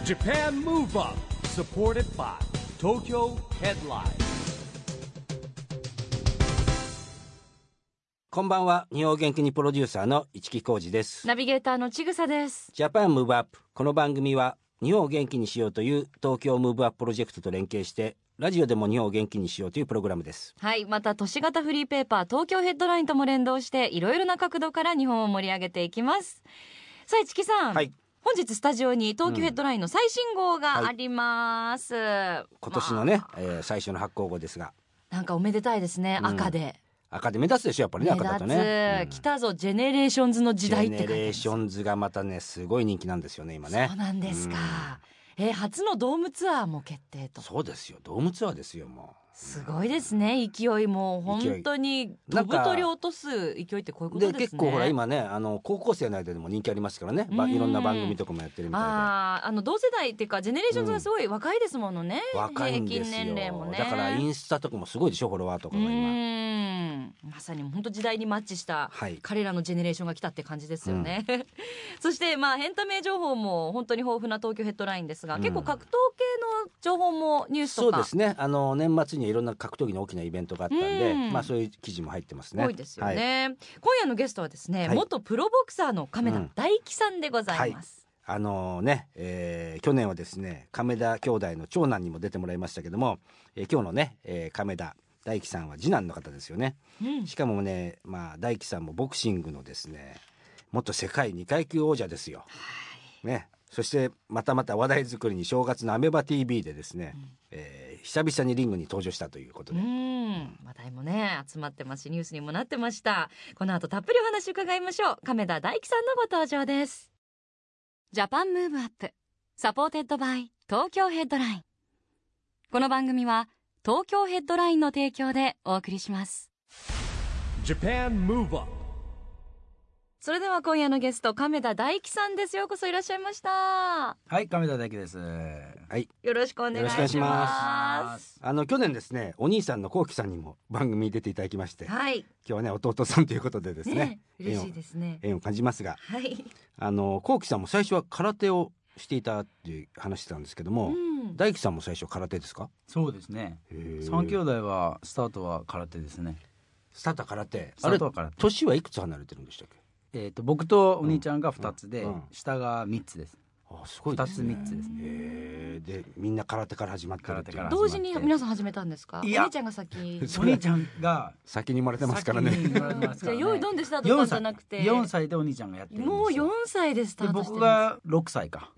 Japan Move Up supported by Tokyo Headline。 こんばんは。日本元気にプロデューサーの市木浩司です。 ナビゲーターのちぐさです。 ジャパンムーブアップ。この番組は日本を元気にしようという東京ムーブアッププロジェクトと連携してラジオでも日本を元気にしようというプログラムです。 はい、また都市型フリーペーパー東京ヘッドラインとも連動していろいろな角度から日本を盛り上げていきます。さあ市木さん、 はい、 本日スタジオに東京ヘッドラインの最新号があります、 今年のね、最初の発行号ですが、 なんかおめでたいですね、赤で赤で目立つでしょ、やっぱりね、赤だとね、 来たぞジェネレーションズの時代って書いてジェネレーます。 ションズがまたねすごい人気なんですよね今ね。 そうなんですか、初のドームツアーも決定と。 そうですよ、ドームツアーですよ。もうすごいですね、勢いも本当に飛ぶ鳥を落とす勢いってこういうことですね。 結構ほら今ね高校生の間でも人気ありますからね、いろんな番組とかもやってるみたいで、 同世代っていうかジェネレーションズがすごい若いですものね、 若いんですよ。 平均年齢もね。 だからインスタとかもすごいでしょ、フォロワーとかが今。 まさに本当時代にマッチしたはい彼らのジェネレーションが来たって感じですよね、そしてエンタメ情報も本当に豊富な東京ヘッドラインですが、結構格闘系の情報もニュースとか。 そうですね、年末にはいろんな格闘技の大きなイベントがあったんで、そういう記事も入ってますね。 多いですよね、今夜のゲストはですね、元プロボクサーの亀田大樹さんでございます、 去年はですね亀田兄弟の長男にも出てもらいましたけども、今日のね、亀田大樹さんは次男の方ですよね、しかもね、大樹さんもボクシングのですね元世界2階級王者ですよ、ね。そしてまた話題作りに正月のアメバ TV でですね、久々にリングに登場したということで、 話題もね集まってますしニュースにもなってました。この後たっぷりお話伺いましょう。亀田大樹さんのご登場です。ジャパンムーブアップサポーテッドバイ東京ヘッドライン。この番組は東京ヘッドラインの提供でお送りします。 Japan Move Up。 それでは今夜のゲスト亀田大樹さんです。ようこそいらっしゃいました。 はい、亀田大樹です。 はい、 よろしくお願いします。 去年ですねお兄さんの幸喜さんにも番組に出ていただきまして、 はい、 今日はね弟さんということでですね嬉しいですね。 縁を感じますが、 はい、 幸喜さんも最初は空手をしていたっていう話してたんですけども、大樹さんも最初空手ですか？ そうですね。三兄弟はスタートは空手ですね。 スタートは空手。 スタートは空手。 年はいくつ離れてるんでしたっけ？ 僕とお兄ちゃんが2つで、下が3つです。 すごいですね。 2つ3つですね。 でみんな空手から始まってるっていう。 同時に皆さん始めたんですか？お兄ちゃんが先。 お兄ちゃんが先に生まれてますからね。 じゃあ用意どんでスタートしたんじゃなくて 4歳でお兄ちゃんがやってるんですよ。 もう4歳でスタートしてるんです。 僕が6歳か。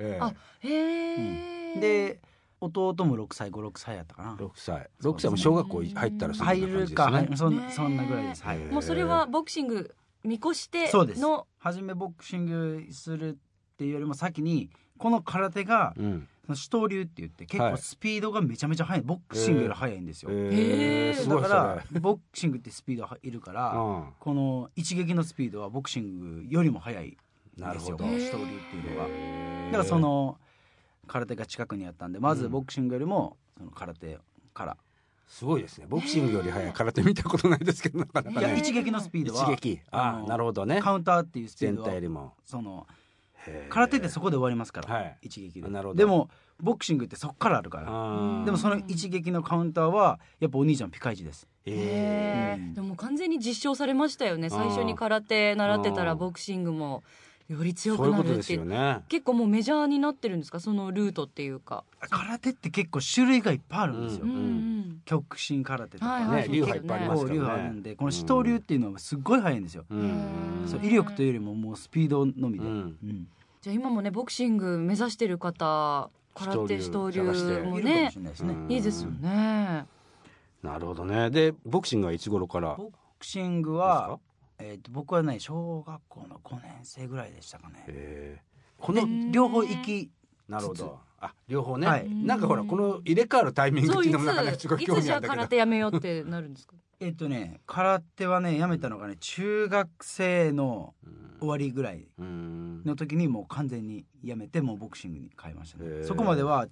で弟も6歳5、6歳やったかな。 6歳も小学校入ったら入るか、そんなぐらいです。 もうそれはボクシング見越しての。 そうです。初めボクシングするっていうよりも先にこの空手が、手刀流って言って結構スピードがめちゃめちゃ速い、ボクシングより速いんですよ。だからボクシングってスピードいるから、この一撃のスピードはボクシングよりも速いんですよ。 なるほど。 手刀流っていうのが。だからその空手が近くにあったんで、まずボクシングよりもその空手からすごいですね。ボクシングより速い空手見たことないですけど、なかなかね。 いや一撃のスピードは一撃。なるほどね。 カウンターっていうスピードは全体よりもその空手ってそこで終わりますから、一撃で。 なるほど。 でもボクシングってそこからあるから。でもその一撃のカウンターはやっぱお兄ちゃんピカイチです。 でも完全に実証されましたよね。最初に空手習ってたらボクシングもより強くなるって。そういうことですよね。結構もうメジャーになってるんですか、そのルートっていうか。 空手って結構種類がいっぱいあるんですよ。極真空手とかね、 流派いっぱいありますからね。 流派あるんで、この手刀流っていうのはすっごい速いんですよ。威力というよりももうスピードのみで。 じゃあ今もねボクシング目指してる方、空手手刀流もねいいですよね。 なるほどね。でボクシングはいつ頃から？ ボクシングは僕はね小学校の5年生ぐらいでしたかね。 この両方行き。 なるほど。両方ね。なんかほらこの入れ替わるタイミングっていうのもなんかねすごい興味あるんだけど。 いつじゃあ空手やめようってなるんですか？ 空手はねやめたのがね中学生の終わりぐらいの時にもう完全にやめて、もうボクシングに変えましたね。そこまでは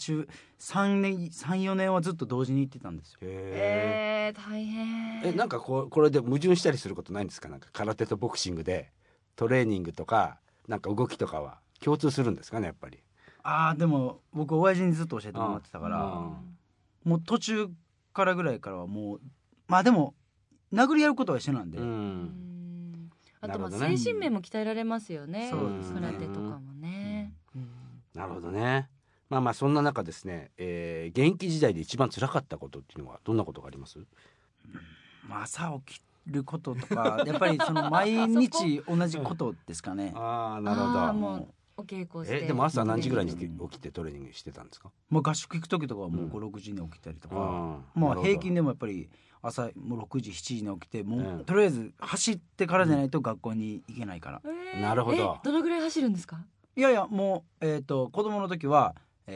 3、4年はずっと同時に行ってたんですよ。 大変。 なんかこれで矛盾したりすることないんですか？なんか空手とボクシングでトレーニングとかなんか動きとかは共通するんですかね、やっぱり。 でも僕親父にずっと教えてもらってたから、もう途中からぐらいからはもうでも殴り合うことは一緒なんで、 あと精神面も鍛えられますよね。 そうですね。 空手とかもね。 なるほどね。まあそんな中ですね、現役時代で一番辛かったことっていうのはどんなことがあります？ 朝起きることとかやっぱりその毎日同じことですかね。 なるほど。 もうお稽古して。 でも朝何時ぐらいに起きてトレーニングしてたんですか？ もう合宿行く時とかはもう5、6時に起きたりとか、平均でもやっぱり朝もう6時7時に起きてもう、とりあえず走ってからじゃないと学校に行けないから。 なるほど。 どのぐらい走るんですか？ いやもう子供の時は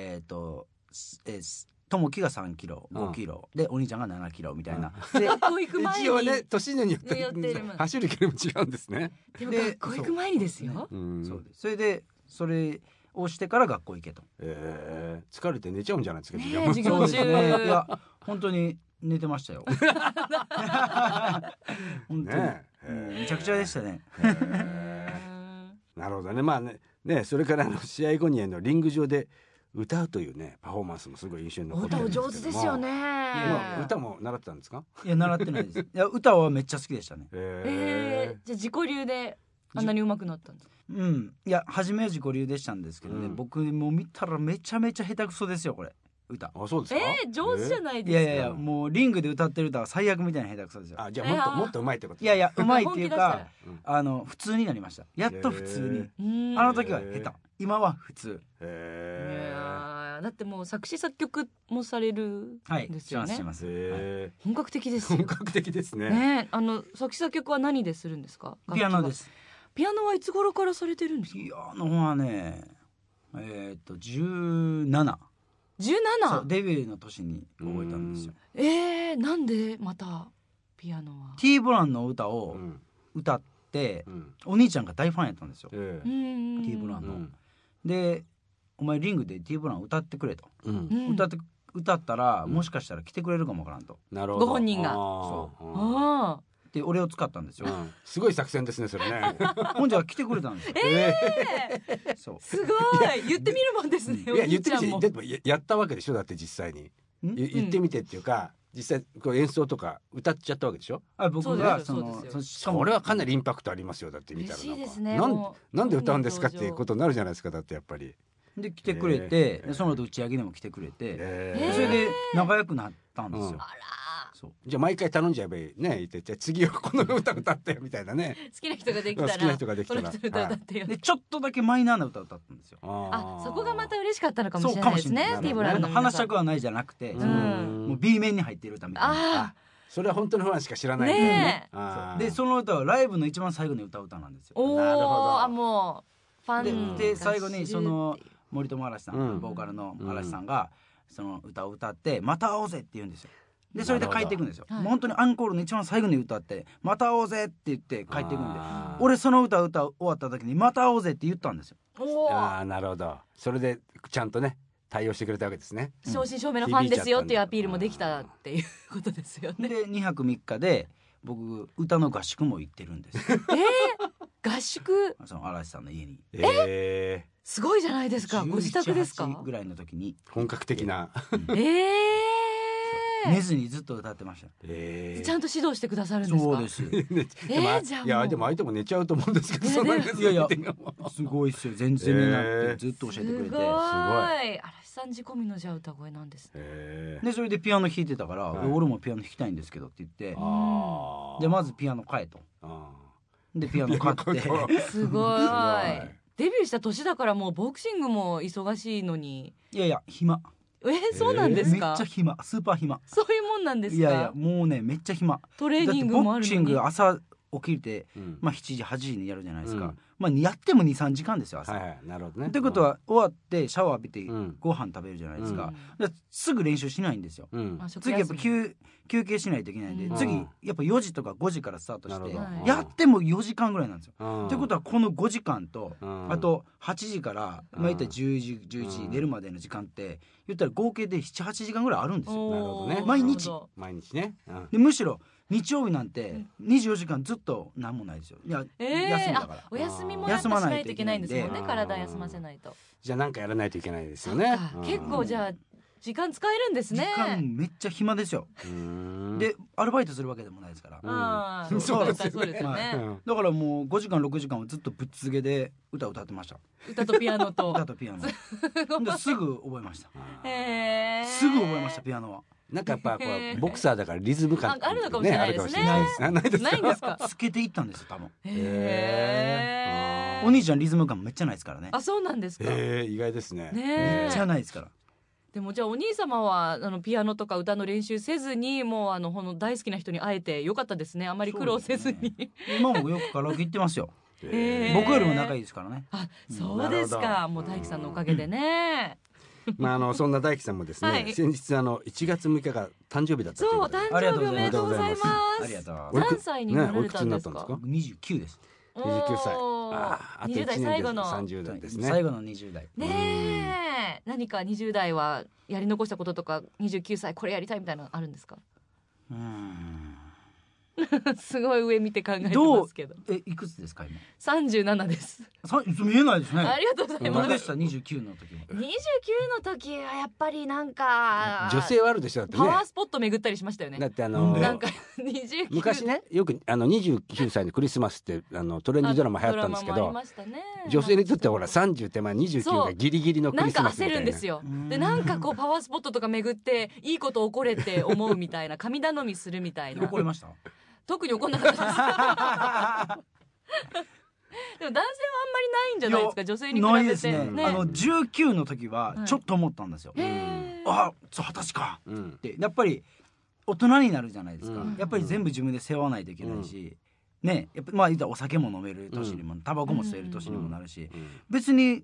友樹が3キロ5キロでお兄ちゃんが7キロみたいな、で学校行く前に一応ね年によって走る距離も違うんですね。 でも学校行く前にですよ。 そうです。それでそれをしてから学校行けと。 疲れて寝ちゃうんじゃないですか？ 授業中。 いや本当に寝てましたよ。本当にめちゃくちゃでしたね。 なるほどね。それから試合後にリング上で歌うというねパフォーマンスもすごい印象に残ってるんですけども。 歌お上手ですよね。 歌も習ってたんですか？ いや習ってないです。いや歌はめっちゃ好きでしたね。 じゃあ自己流であんなに上手くなったんですか？ いや初めは自己流でしたんですけどね、僕も見たらめちゃめちゃ下手くそですよこれ歌。 そうですか？ 上手じゃないですか？ いやもうリングで歌ってる歌は最悪みたいな下手くそですよ。 じゃあもっと上手いってこと？ いや上手いっていうか普通になりました。やっと普通に。あの時は下手、今は普通。 だってもう作詞作曲もされるんですよね。 します。 本格的ですよ。 本格的ですね。 作詞作曲は何でするんですか？ ピアノです。 ピアノはいつ頃からされてるんですか？ ピアノはね17。そうデビューの年に覚えたんですよ。 なんでまたピアノは？ T ボランの歌を歌って、お兄ちゃんが大ファンやったんですよ、T ボランの。でお前リングで T ボラン歌ってくれと、歌ったらもしかしたら来てくれるかもわからんと。 なるほど。 ご本人が。 そうで俺を使ったんですよ。 すごい作戦ですねそれね。 ほんじゃ来てくれたんですよ。 そうすごい言ってみるもんですね。 いや言ってみてやったわけでしょ。だって実際に言ってみてっていうか実際こう演奏とか歌っちゃったわけでしょ。 僕がしかも俺はかなりインパクトありますよ。だって見たらなんで歌うんですかっていうことになるじゃないですか。だってやっぱりで来てくれて、その後打ち上げでも来てくれて、それで仲良くなったんですよ。 じゃあ毎回頼んじゃえばいいね。じゃあ次はこの歌歌ってみたいなね。 好きな人ができたら好きな人ができたらこの人歌ってよ。 でちょっとだけマイナーな歌を歌ったんですよ。 そこがまた嬉しかったのかもしれないですね。ティーボランの話したくはないじゃなくて、もう B 面に入っている歌みたいな。 それは本当のファンしか知らないね。 でその歌はライブの一番最後に歌う歌なんですよ。 なるほど。もうファンで最後にその森友嵐さん、ボーカルの嵐さんがその歌を歌ってまた会おうぜって言うんですよ。でそれで帰っていくんですよ。もう本当にアンコールの一番最後に歌ってまた会おうぜって言って帰っていくんで、俺その歌終わった時にまた会おうぜって言ったんですよ。 なるほど。それでちゃんとね対応してくれたわけですね。 正真正銘のファンですよっていうアピールもできたっていうことですよね。 で2泊3日で僕歌の合宿も行ってるんです。 合宿？ その嵐さんの家に。 すごいじゃないですか。ご自宅ですか？ 17、18ぐらいの時に本格的な。 寝ずにずっと歌ってました。 ちゃんと指導してくださるんですか？ そうです。 いやでも相手も寝ちゃうと思うんですけど。 いやいやすごいっすよ。全然寝なくてずっと教えてくれて。すごい。 嵐さん仕込みのじゃあ歌声なんですね。 でそれでピアノ弾いてたから俺もピアノ弾きたいんですけどって言ってでまずピアノ買えと。でピアノ買ってすごい。デビューした年だからもうボクシングも忙しいのに。 いや暇。 そうなんですか？ めっちゃ暇。スーパー暇。 そういうもんなんですか？ いやもうねめっちゃ暇。 トレーニングもあるのに。 ボクシング朝起きて7時8時にやるじゃないですか。やっても 2,3 時間ですよ朝。 なるほどね。 ってことは終わってシャワー浴びてご飯食べるじゃないですか。すぐ練習しないんですよ。次やっぱ休憩しないといけないんで次やっぱ4時とか5時からスタートしてやっても4時間ぐらいなんですよ。ってことはこの5時間とあと8時から言ったら10時11時寝るまでの時間って言ったら合計で 7,8 時間ぐらいあるんですよ。 なるほどね。 毎日ね。 でむしろ日曜日なんて24時間ずっと何もないですよ。いや、休みだから。 お休みもやっぱしないといけないんですもんね。体休ませないと。 じゃあなんかやらないといけないですよね。 結構じゃあ時間使えるんですね。 時間めっちゃ暇ですよ。でアルバイトするわけでもないですから。 そうですよね。 だからもう5時間6時間をずっとぶっ続けで歌ってました。 歌とピアノと歌とピアノですぐ覚えました。すぐ覚えました、ピアノは。 なんかやっぱこうボクサーだからリズム感あるのかもしれないですね。 ないですか。 つけていったんですよ多分。お兄ちゃんリズム感めっちゃないですからね。 あ、そうなんですか。 意外ですね。 めっちゃないですから。 でもじゃあお兄様はピアノとか歌の練習せずにもうこの大好きな人に会えてよかったですね。あまり苦労せずに。 今もよくカラオケ行ってますよ。僕よりも仲いいですからね。 あ、そうですか。もう大樹さんのおかげでね。 そんな大樹さんもですね、先日1月6日が誕生日だったということで。 そう、誕生日おめでとうございます。 ありがとう。 何歳になられたんですか ？29です。 29歳。あと1年で30代ですね。 最後の20代。 ねえ、何か20代はやり残したこととか、29歳これやりたいみたいなのあるんですか？すごい上見て考えてますけど。 いくつですか今 ？37です。 見えないですね。 ありがとうございます。 どうでした29の時？ 29の時はやっぱりなんか女性はあるでしょ。だってね、 パワースポット巡ったりしましたよね。 だってなんか29 昔ね、よく29歳のクリスマスってトレンディードラマ流行ったんですけど、女性にとってはほら30手前29がギリギリのクリスマスみたいな。 なんか焦るんですよ。でなんかこうパワースポットとか巡っていいこと起これって思うみたいな、神頼みするみたいな。 怒りました？ 特に怒んなかったです。でも男性はあんまりないんじゃないですか、女性に比べて。 ないですね。19の時はちょっと思ったんですよ。あ、20歳かってやっぱり大人になるじゃないですか。やっぱり全部自分で背負わないといけないし、ね、やっぱ言ったらお酒も飲める年にも、タバコも吸える年にもなるし、別に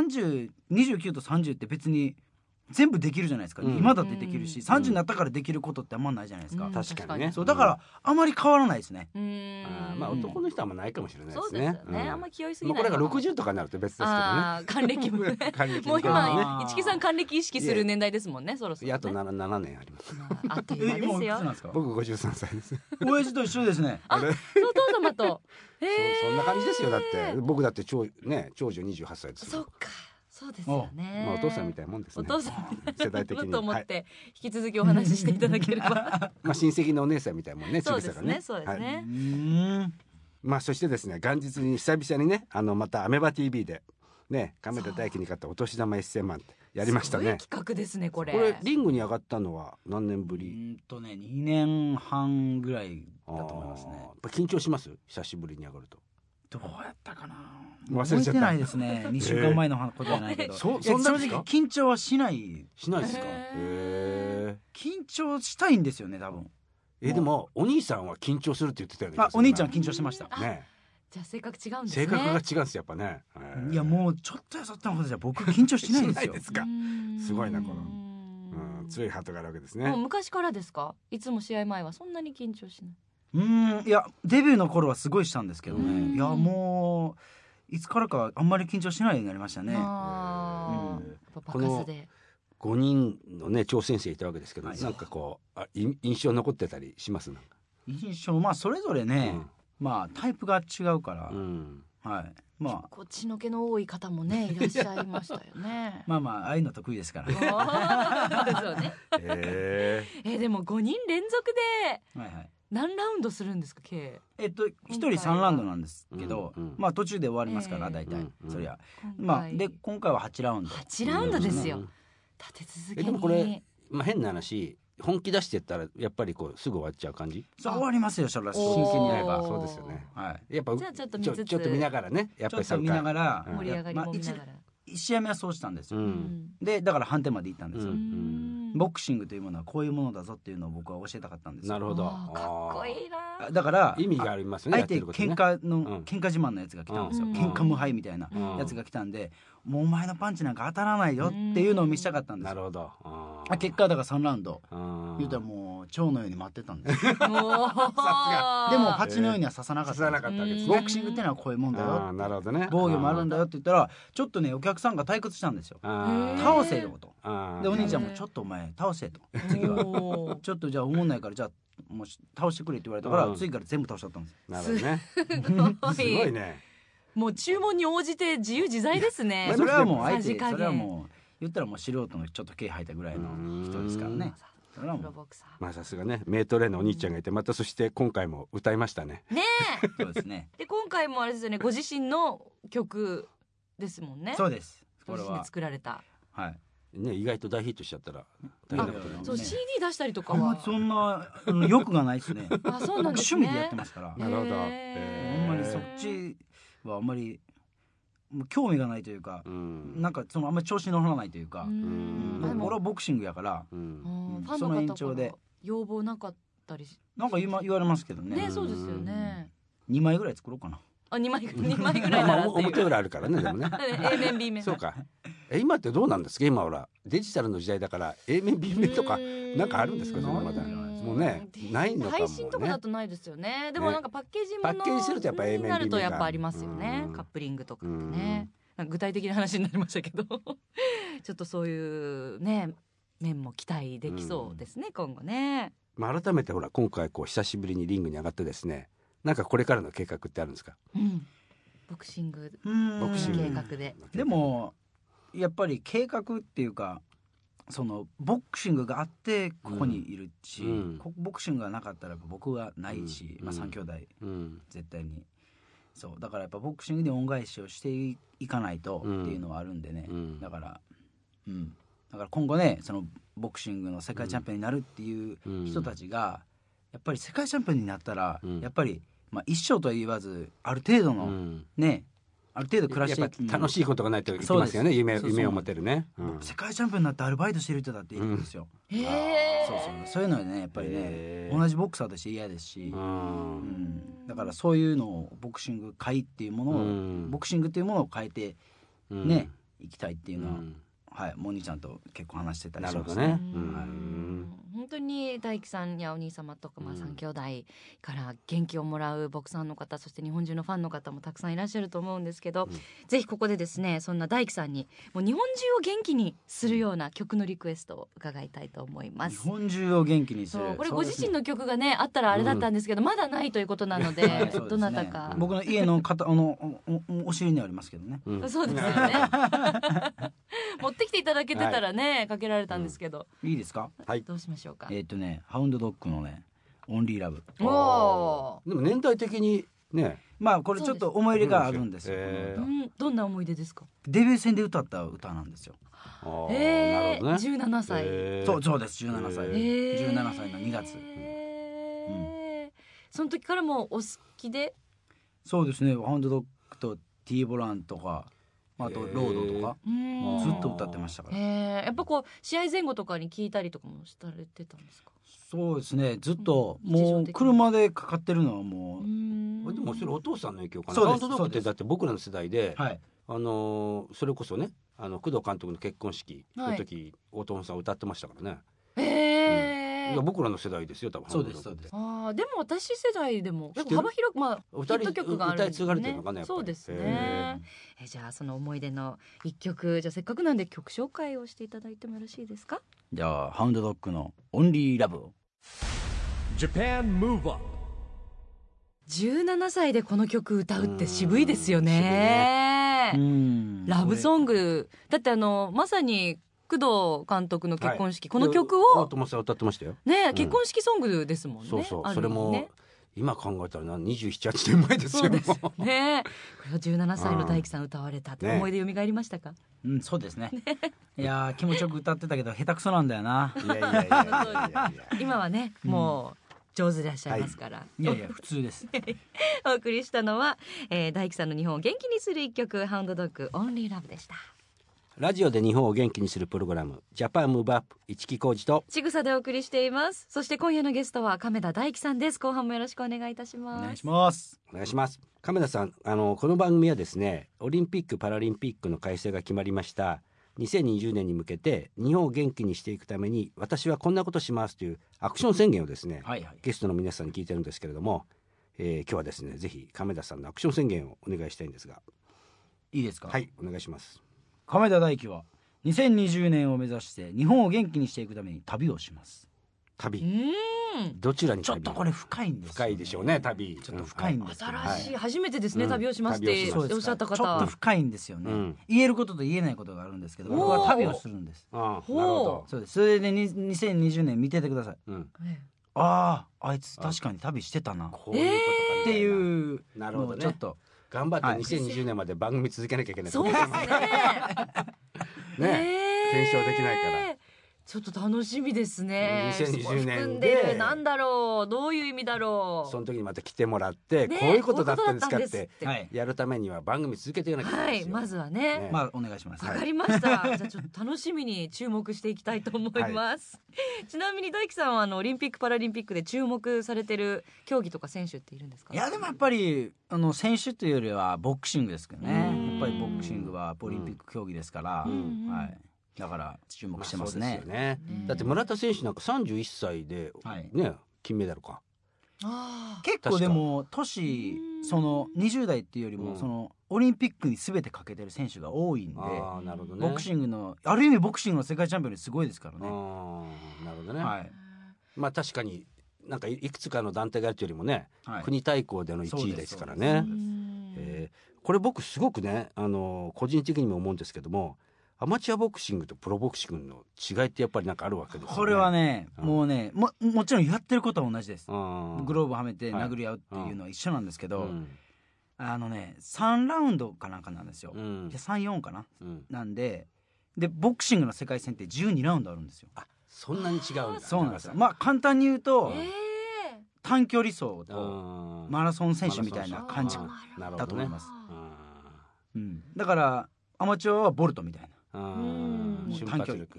29と30って別に全部できるじゃないですか。今だってできるし、30になったからできることってあんまないじゃないですか。 確かにね。 そうだからあまり変わらないですね。 男の人はあんまないかもしれないですね。 そうですよね。あんま気負いすぎない。 これが60とかになると別ですけどね。 還暦もね。もう今市木さん還暦意識する年代ですもんね。そろそろ。 あと7年あります。 あっという間ですよ。 僕53歳です。 親父と一緒ですね。 お父様と。 そんな感じですよ。だって僕だって長女28歳です。 そっか。そうですよね。 お父さんみたいなもんですね。 お父さん世代的にと思って引き続きお話ししていただければ。 親戚のお姉さんみたいなもんね。 そうですね。そうですね。 そしてですね、元日に久々にね、またアメバ TV でね、亀田大輝に勝ったお年玉1000万ってやりましたね。 すごい企画ですねこれ。 これリングに上がったのは何年ぶり ？2年半ぐらいだと思いますね。 やっぱ緊張します？久しぶりに上がると。 どうやったかな、 忘れちゃった。 覚えてないですね。2週間前のことじゃないけど。正直緊張はしないですか？ 緊張したいんですよね多分。 でもお兄さんは緊張するって言ってたよね。 お兄ちゃん緊張してましたね。 じゃあ性格違うんですね。 性格が違うんですやっぱね。 いやもうちょっとやそっとのことじゃ僕緊張しないんですよ。 すごいなこの強いハートがあるわけですね。 もう昔からですか？いつも試合前はそんなに緊張しない？ いやデビューの頃はすごいしたんですけどね。いやもういつからかあんまり緊張しないようになりましたね。 この5人のね挑戦生いたわけですけど、なんかこう印象残ってたりします？ 印象それぞれね、タイプが違うから、 結構血の気の多い方もねいらっしゃいましたよね。 ああいうの得意ですから。 そうね。でも5人連続で何ラウンドするんですか？計 1人3ラウンドなんですけど、途中で終わりますから大体そりゃ。で今回は8ラウンド。 8ラウンドですよ。立て続けに。 でもこれ変な話、本気出してったらやっぱりこうすぐ終わっちゃう感じ？ そう終わりますよ。それは真剣にやれば。 そうですよね。 やっぱちょっと見ながらね。やっぱり見ながら盛り上がりも見ながら。 1試合目はそうしたんですよ。でだから判定まで行ったんですよ。ボクシングというものはこういうものだぞっていうのを僕は教えたかったんですよ。 なるほど。 かっこいいな。 だから意味がありますね。 あえて喧嘩自慢のやつが来たんですよ。喧嘩無敗みたいなやつが来たんで、もうお前のパンチなんか当たらないよっていうのを見せたかったんですよ。 なるほど。 結果だから3ラウンド言うたらもう蝶のように待ってたんですよ。でも蜂のようには刺さなかったわけです。ボクシングってのはこういうもんだよ。 なるほどね。 防御もあるんだよって言ったらちょっとねお客さんが退屈したんですよ。倒せよと。でお兄ちゃんもちょっとお前倒せと。次はちょっとじゃあ思んないからじゃあもう倒してくれって言われたから、次から全部倒しちゃったんですよ。 なるほどね。すごいね。 もう注文に応じて自由自在ですね。 それはもう相手、それはもう言ったらもう素人のちょっと毛生えたぐらいの人ですからね。それはもうまあさすがね、メートレーのお兄ちゃんがいて、またそして今回も歌いましたね。 ねそうですね。 で今回もあれですよね、ご自身の曲ですもんね。 そうです。 ご自身で作られた。 はい。 ね、意外と大ヒットしちゃったら大変なことになる。 そう CD 出したりとかはそんな欲がないですね。 あ、そうなんですね。 趣味でやってますから。 なるほど。 あんまりそっちはあんまりもう興味がないというか、なんかそのあんまり調子に乗らないというか、俺はボクシングやから、 ファそのンの方延長でから要望なかったりなんか今言われますけどね。 ね、そうですよね。 2枚ぐらい作ろうかな。 あ、2枚ぐらいならっていう。 表裏あるからね、でもね。 A 面 B 面。 そうか。今ってどうなんですか。今ほらデジタルの時代だから A 面 B 面とかなんかあるんですか。そのまだもうね、ないのかもね。 配信とかだとないですよね。でもなんかパッケージものパッケージするとやっぱ A 面 B 面なるとやっぱありますよね。カップリングとかってね。なんか具体的な話になりましたけど、ちょっとそういうね面も期待できそうですね、今後ね。 まあ改めてほら今回こう久しぶりにリングに上がってですね、なんかこれからの計画ってあるんですか。 ボクシング計画で。 でもやっぱり計画っていうか、そのボクシングがあってここにいるし、ボクシングがなかったら僕はないし、まあ3兄弟絶対にそうだからやっぱボクシングで恩返しをしていかないとっていうのはあるんでね、だから今後ね、そのボクシングの世界チャンピオンになるっていう人たちがやっぱり世界チャンピオンになったら、やっぱりまあ一生とは言わずある程度のね、ある程度暮らしてやっぱ楽しいことがないといけますよね。夢を持てるね。 世界チャンピオンになってアルバイトしてる人だっているんですよ。そういうのはねやっぱりね、同じボクサーとして嫌ですし、だからそういうのをボクシング界っていうものを、ボクシングっていうものを変えてね、いきたいっていうのは、はい、もう兄ちゃんと結構話してたりしますね。 本当に大樹さんやお兄様とか、まあ3兄弟から元気をもらうボクサーの方、そして日本中のファンの方もたくさんいらっしゃると思うんですけど、ぜひここでですね、そんな大樹さんにもう日本中を元気にするような曲のリクエストを伺いたいと思います。 日本中を元気にする。 そう、これご自身の曲がねあったらあれだったんですけど、まだないということなので、どなたか僕の家のお尻にありますけどね。 そうですよね。持ってきていただけてたらね、かけられたんですけど。 いいですか。 はい。 どうしましょうか。 ハウンドドッグのね、オンリーラブ。 でも年代的にね、 まあこれちょっと思い入れがあるんですよ。 どんな思い出ですか。 デビュー戦で歌った歌なんですよ。 なるほどね。 17歳。 そうです。17歳。17歳の2月。 その時からもお好きで。 そうですね。ハウンドドッグとティーボランとか、あとロードとかずっと歌ってましたから。 やっぱこう試合前後とかに聞いたりとかもされてたんですか。 そうですね。ずっともう車でかかってるのはもう。 でもそれお父さんの影響かな。ハウンドドッグってだって僕らの世代で、それこそね、工藤監督の結婚式の時、お父さん歌ってましたからね。僕らの世代ですよ、多分。 そうです。でも私世代でも結構幅広くヒット曲があるんですね。 歌い継がれてるのかね。 そうですね。じゃあその思い出の一曲、じゃあせっかくなんで曲紹介をしていただいてもよろしいですか。 じゃあハウンドドッグのオンリーラブを。 Japan Move Up。 17歳でこの曲歌うって渋いですよね。ラブソングだってまさに工藤監督の結婚式、この曲を歌ってましたよね。結婚式ソングですもんね。 それも今考えたら27、8年前ですよ。 そうですね。これを17歳の大樹さん歌われたって思い出蘇りましたか。 そうですね。いや気持ちよく歌ってたけど下手くそなんだよな。 今はねもう上手でいらっしゃいますから。 いや普通です。 お送りしたのは大樹さんの日本を元気にする一曲、ハウンドドッグオンリーラブでした。 ラジオで日本を元気にするプログラム、ジャパンムーブアップ、市木浩二とちぐさでお送りしています。そして今夜のゲストは亀田大樹さんです。後半もよろしくお願いいたします。 お願いします。 お願いします。亀田さん、この番組はですね、オリンピック・パラリンピックの開催が決まりました2020年に向けて日本を元気にしていくために私はこんなことしますというアクション宣言をですね、ゲストの皆さんに聞いてるんですけれども、今日はですね、ぜひ亀田さんのアクション宣言をお願いしたいんですが。 いいですか。 はい、お願いします。 亀田大樹は2020年を目指して日本を元気にしていくために旅をします。 旅どちらにちょっとこれ深いんですよ、ね、 深いでしょうね旅ちょっと深いんですけど、 新しい、初めてですね、旅をしますっておっしゃった方ちょっと深いんですよね、言えることと言えないことがあるんですけど、僕は旅をするんです。 なるほど。 そうです。それで2020年見ててください、あいつ確かに旅してたな、 こういうことかっていうなるほどね。 ちょっと頑張って2020年まで番組続けなきゃいけない。 そうですね検証できないから。 ちょっと楽しみですね。 2020年含んでる、なんだろう、どういう意味だろう。 その時にまた来てもらって、こういうことだったんですかってやるためには番組続けていかなきゃいけないですよ。 まずはね、 お願いします。 わかりました。じゃあちょっと楽しみに注目していきたいと思います。ちなみに大樹さんはオリンピックパラリンピックで注目されてる競技とか選手っているんですか？ いやでもやっぱり選手というよりはボクシングですけどね。やっぱりボクシングはオリンピック競技ですから、だから注目してますね。 だって村田選手なんか31歳でね、金メダルか。 結構でも年その20代っていうよりもそのオリンピックに全てかけてる選手が多いんで、ボクシングのある意味ボクシングの世界チャンピオンすごいですからね。 なるほどね。まあ確かになんかいくつかの団体がやるというよりもね、国対抗での1位ですからね。これ僕すごくね個人的にも思うんですけども、アマチュアボクシングとプロボクシングの違いってやっぱりなんかあるわけですよね。 これはね、もうね もちろんやってることは同じです。グローブはめて殴り合うっていうのは一緒なんですけど、3ラウンドかなんかなんですよ。3、4かな、なんでボクシングの世界戦って12ラウンドあるんですよ。 そんなに違うんだ。 そうなんですよ。まあ簡単に言うと、短距離走とマラソン選手みたいな感じだと思います。だからアマチュアはボルトみたいな短距離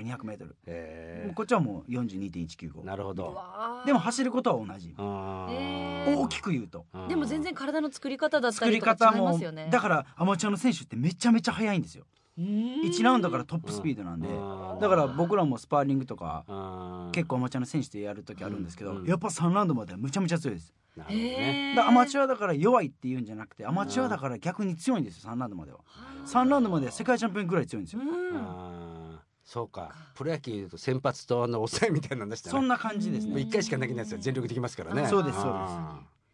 100m200m、こっちはもう 42.195。 なるほど。 でも走ることは同じ。大きく言うとでも全然体の作り方だったりとか違いますよね。 だからアマチュアの選手ってめちゃめちゃ速いんですよ。1ラウンドからトップスピードなんで、だから僕らもスパーリングとか結構アマチュアの選手でやる時あるんですけど、やっぱ3ラウンドまではむちゃむちゃ強いです。だからアマチュアだから弱いっていうんじゃなくて、アマチュアだから逆に強いんですよ。3ラウンドまでは3ラウンドまでは世界チャンピオンぐらい強いんですよ。 そうか。プロ野球でいうと先発と抑えみたいなんでしたね。 そんな感じですね。 1回しか投げないやつは全力できますからね。 そうですそうです。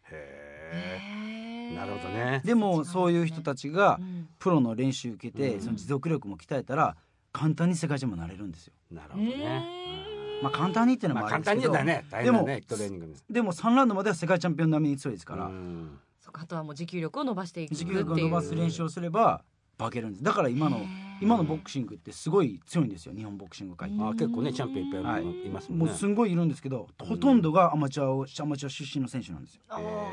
へえ、なるほどね。 でもそういう人たちがプロの練習受けて、その持続力も鍛えたら簡単に世界チャンピオンになれるんですよ。 なるほどね。 まあ簡単にっていうのもあるんですけど、 簡単にだね、大変だね、トレーニングでも3ラウンドまでは世界チャンピオン並みに強いですから、 あとはもう持久力を伸ばしていくっていう。 持久力を伸ばす練習をすれば化けるんです。だから今のボクシングってすごい強いんですよ、日本ボクシング界って。 結構ねチャンピオンいっぱいいますもんね。 もうすんごいいるんですけど、ほとんどがアマチュア出身の選手なんですよ。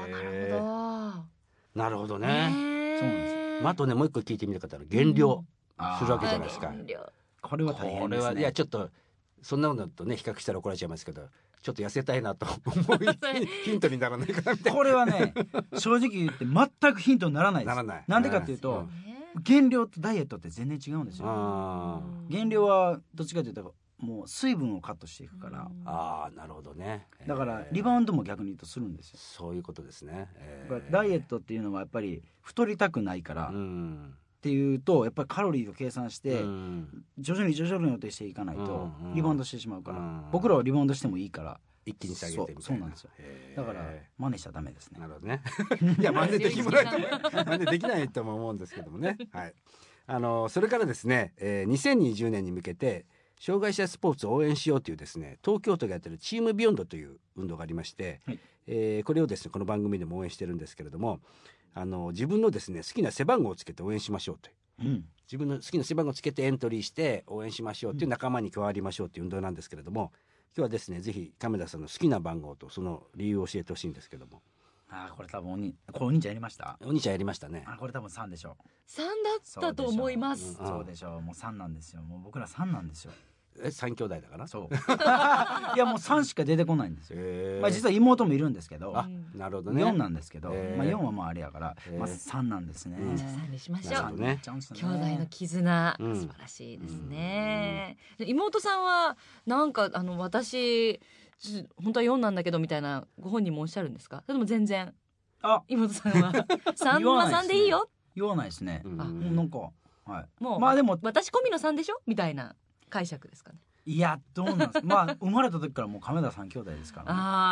なるほどね。 そうなんですよ。あとねもう一個聞いてみたかったら減量するわけじゃないですか。 これは大変ですね。 いやちょっとそんなのとね比較したら怒られちゃいますけど、ちょっと痩せたいなと思いヒントにならないかなみたいな。 これはね正直言って全くヒントにならないです。なんでかっていうと、減量とダイエットって全然違うんですよ。減量はどっちかというともう水分をカットしていくから。 なるほどね。 だからリバウンドも逆に言うとするんですよ。 そういうことですね。 ダイエットっていうのはやっぱり太りたくないからっていうと、やっぱりカロリーを計算して徐々に落としていかないとリバウンドしてしまうから、僕らはリバウンドしてもいいから一気に下げてみたいな。そうなんですよ。だから真似しちゃダメですね。 なるほどね。いや真似できない真似できないとも思うんですけどもね。はい。それからですね、2020年に向けて障害者スポーツを応援しようというですね、東京都がやってるチームビヨンドという運動がありまして、これをですねこの番組でも応援してるんですけれども、自分のですね好きな背番号をつけて応援しましょうという、自分の好きな背番号をつけてエントリーして応援しましょうという仲間に加わりましょうという運動なんですけれども、今日はですねぜひ亀田さんの好きな番号とその理由を教えてほしいんですけども。 これ多分お兄ちゃんやりました。 お兄ちゃんやりましたね。 これ多分3でしょう。 3だったと思います。 そうでしょう。もう3なんですよ。もう僕ら3なんですよ。 3兄弟だから。 そういやもう3しか出てこないんですよ。実は妹もいるんですけど、 なるほどね。 4なんですけど、4はまああれやから、3なんですね。 じゃあ3にしましょう。 ね、 兄弟の絆、素晴らしいですね。妹さんはなんか私本当は4なんだけどみたいなご本人もおっしゃるんですか？それとも全然妹さんは3は3でいいよ言わないですね。なんかもうまあでも私込みの3でしょみたいな解釈ですかね。 いやどうなんですかまあ生まれた時からもう亀田3兄弟ですからね。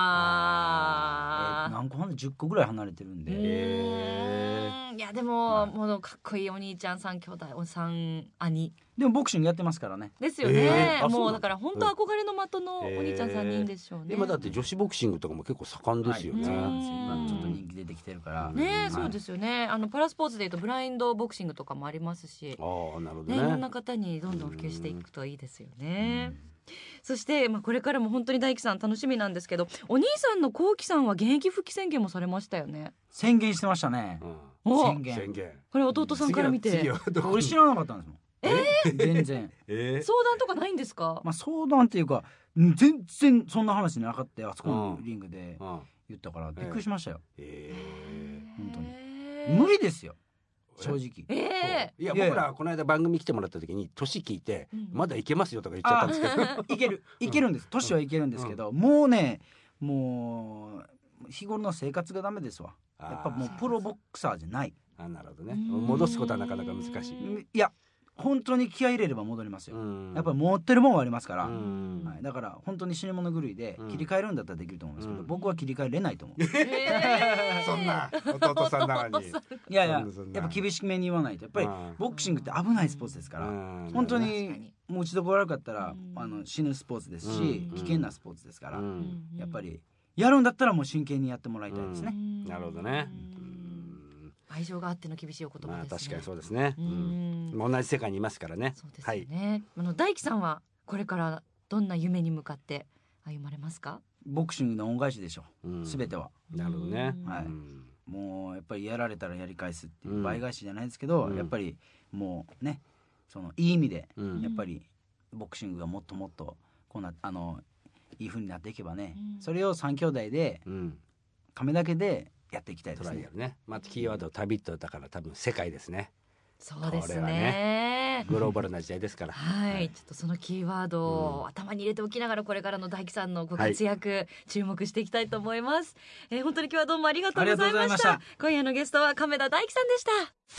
何個離れ10個ぐらい離れてるんで。 いやでも、もうかっこいいお兄ちゃん3兄弟お3兄でもボクシングやってますからね。 ですよね、もうだから本当憧れの的のお兄ちゃん3人でしょうね。 今だって女子ボクシングとかも結構盛んですよね。 そうなんですよ。今ちょっと人気出てきてるからね、そうですよね。パラスポーツでいうとブラインドボクシングとかもありますし、 なるほどね。 いろんな方にどんどん普及していくといいですよね。そして、これからも本当に大樹さん楽しみなんですけど、お兄さんの幸輝さんは現役復帰宣言もされましたよね。 宣言してましたね。宣言。 これ弟さんから見て俺知らなかったんですもん。全然相談とかないんですか？ 相談っていうか全然そんな話なかった。あそこのリングで言ったからびっくりしましたよ。本当に無理ですよ正直。 いや僕らこの間番組来てもらった時に年聞いてまだいけますよとか言っちゃったんですけどいけるんです。年はいけるんですけど、もうねもう日頃の生活がダメですわ。やっぱもうプロボクサーじゃない。 なるほどね。戻すことはなかなか難しい。 いや本当に気合い入れれば戻りますよ。やっぱり持ってるもんはありますから、だから本当に死に物狂いで切り替えるんだったらできると思うんですけど、僕は切り替えれないと思う。 そんな弟さんなのに。 いややっぱ厳しめに言わないと。やっぱりボクシングって危ないスポーツですから、本当にもう一度悪かったら死ぬスポーツですし、危険なスポーツですから、やっぱりやるんだったらもう真剣にやってもらいたいですね。 なるほどね。 愛情があっての厳しいお言葉ですね。 確かにそうですね。同じ世界にいますからね。 そうですね。大樹さんはこれからどんな夢に向かって歩まれますか？ ボクシングの恩返しでしょ。すべては。 なるほどね。 もうやっぱりやられたらやり返すっていう倍返しじゃないですけど、やっぱりもうねそのいい意味でやっぱりボクシングがもっともっとこういい風になっていけばね、それを3兄弟で亀だけでやっていきたいですね。 トライアルね。またキーワード旅とだから多分世界ですね。 そうですね。 グローバルな時代ですから。 はい、ちょっとそのキーワードを頭に入れておきながらこれからの大樹さんのご活躍注目していきたいと思います。本当に今日はどうもありがとうございました。今夜のゲストは亀田大樹さんでした。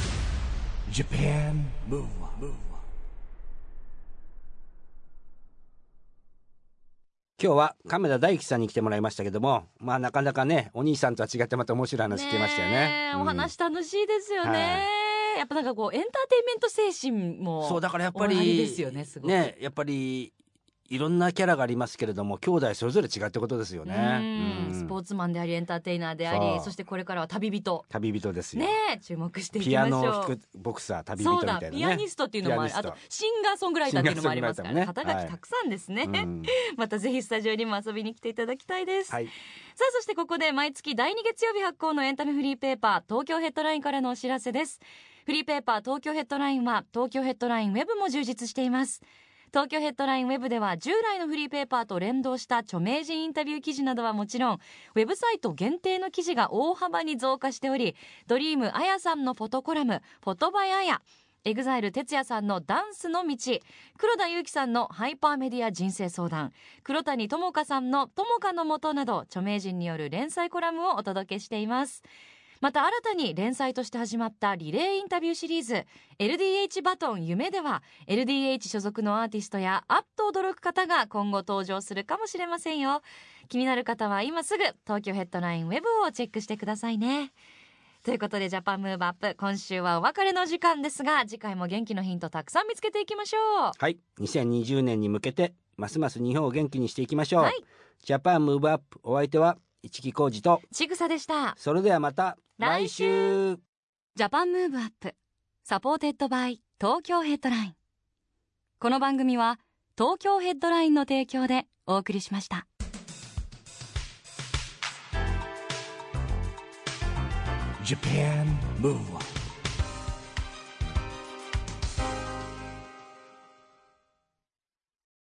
Japan Move Up。 今日は亀田大樹さんに来てもらいましたけども、なかなかねお兄さんとは違ってまた面白い話聞けましたよね。 お話楽しいですよね。やっぱなんかこうエンターテインメント精神もそうだからやっぱりですよね。すごくねやっぱりいろんなキャラがありますけれども兄弟それぞれ違ってことですよね。 スポーツマンでありエンターテイナーであり、そしてこれからは旅人ですよね。注目していきましょう。 ピアノを弾くボクサー旅人みたいなね。 ピアニストっていうのもある。あとシンガーソングライターっていうのもありますからね。肩書きたくさんですね。またぜひスタジオにも遊びに来ていただきたいです。さあそしてここで毎月第2月曜日発行のエンタメフリーペーパー東京ヘッドラインからのお知らせです。フリーペーパー東京ヘッドラインは東京ヘッドラインウェブも充実しています。東京ヘッドラインウェブでは従来のフリーペーパーと連動した著名人インタビュー記事などはもちろん、ウェブサイト限定の記事が大幅に増加しており、ドリームあやさんのフォトコラムフォトバイあや、エグザイル哲也さんのダンスの道、黒田祐樹さんのハイパーメディア人生相談、黒谷友香さんの友香の元など著名人による連載コラムをお届けしています。また新たに連載として始まったリレーインタビューシリーズ LDH バトン夢では LDH 所属のアーティストやあっと驚く方が今後登場するかもしれませんよ。気になる方は今すぐ東京ヘッドラインウェブをチェックしてくださいね。ということでジャパンムーブアップ、今週はお別れの時間ですが、次回も元気のヒントたくさん見つけていきましょう。 はい、2020年に向けてますます日本を元気にしていきましょう。ジャパンムーブアップ、お相手は市木浩二とちぐさでした。 それではまた来週。 ジャパンムーブアップサポーテッドバイ東京ヘッドライン。この番組は東京ヘッドラインの提供でお送りしました。 Japan Move Up。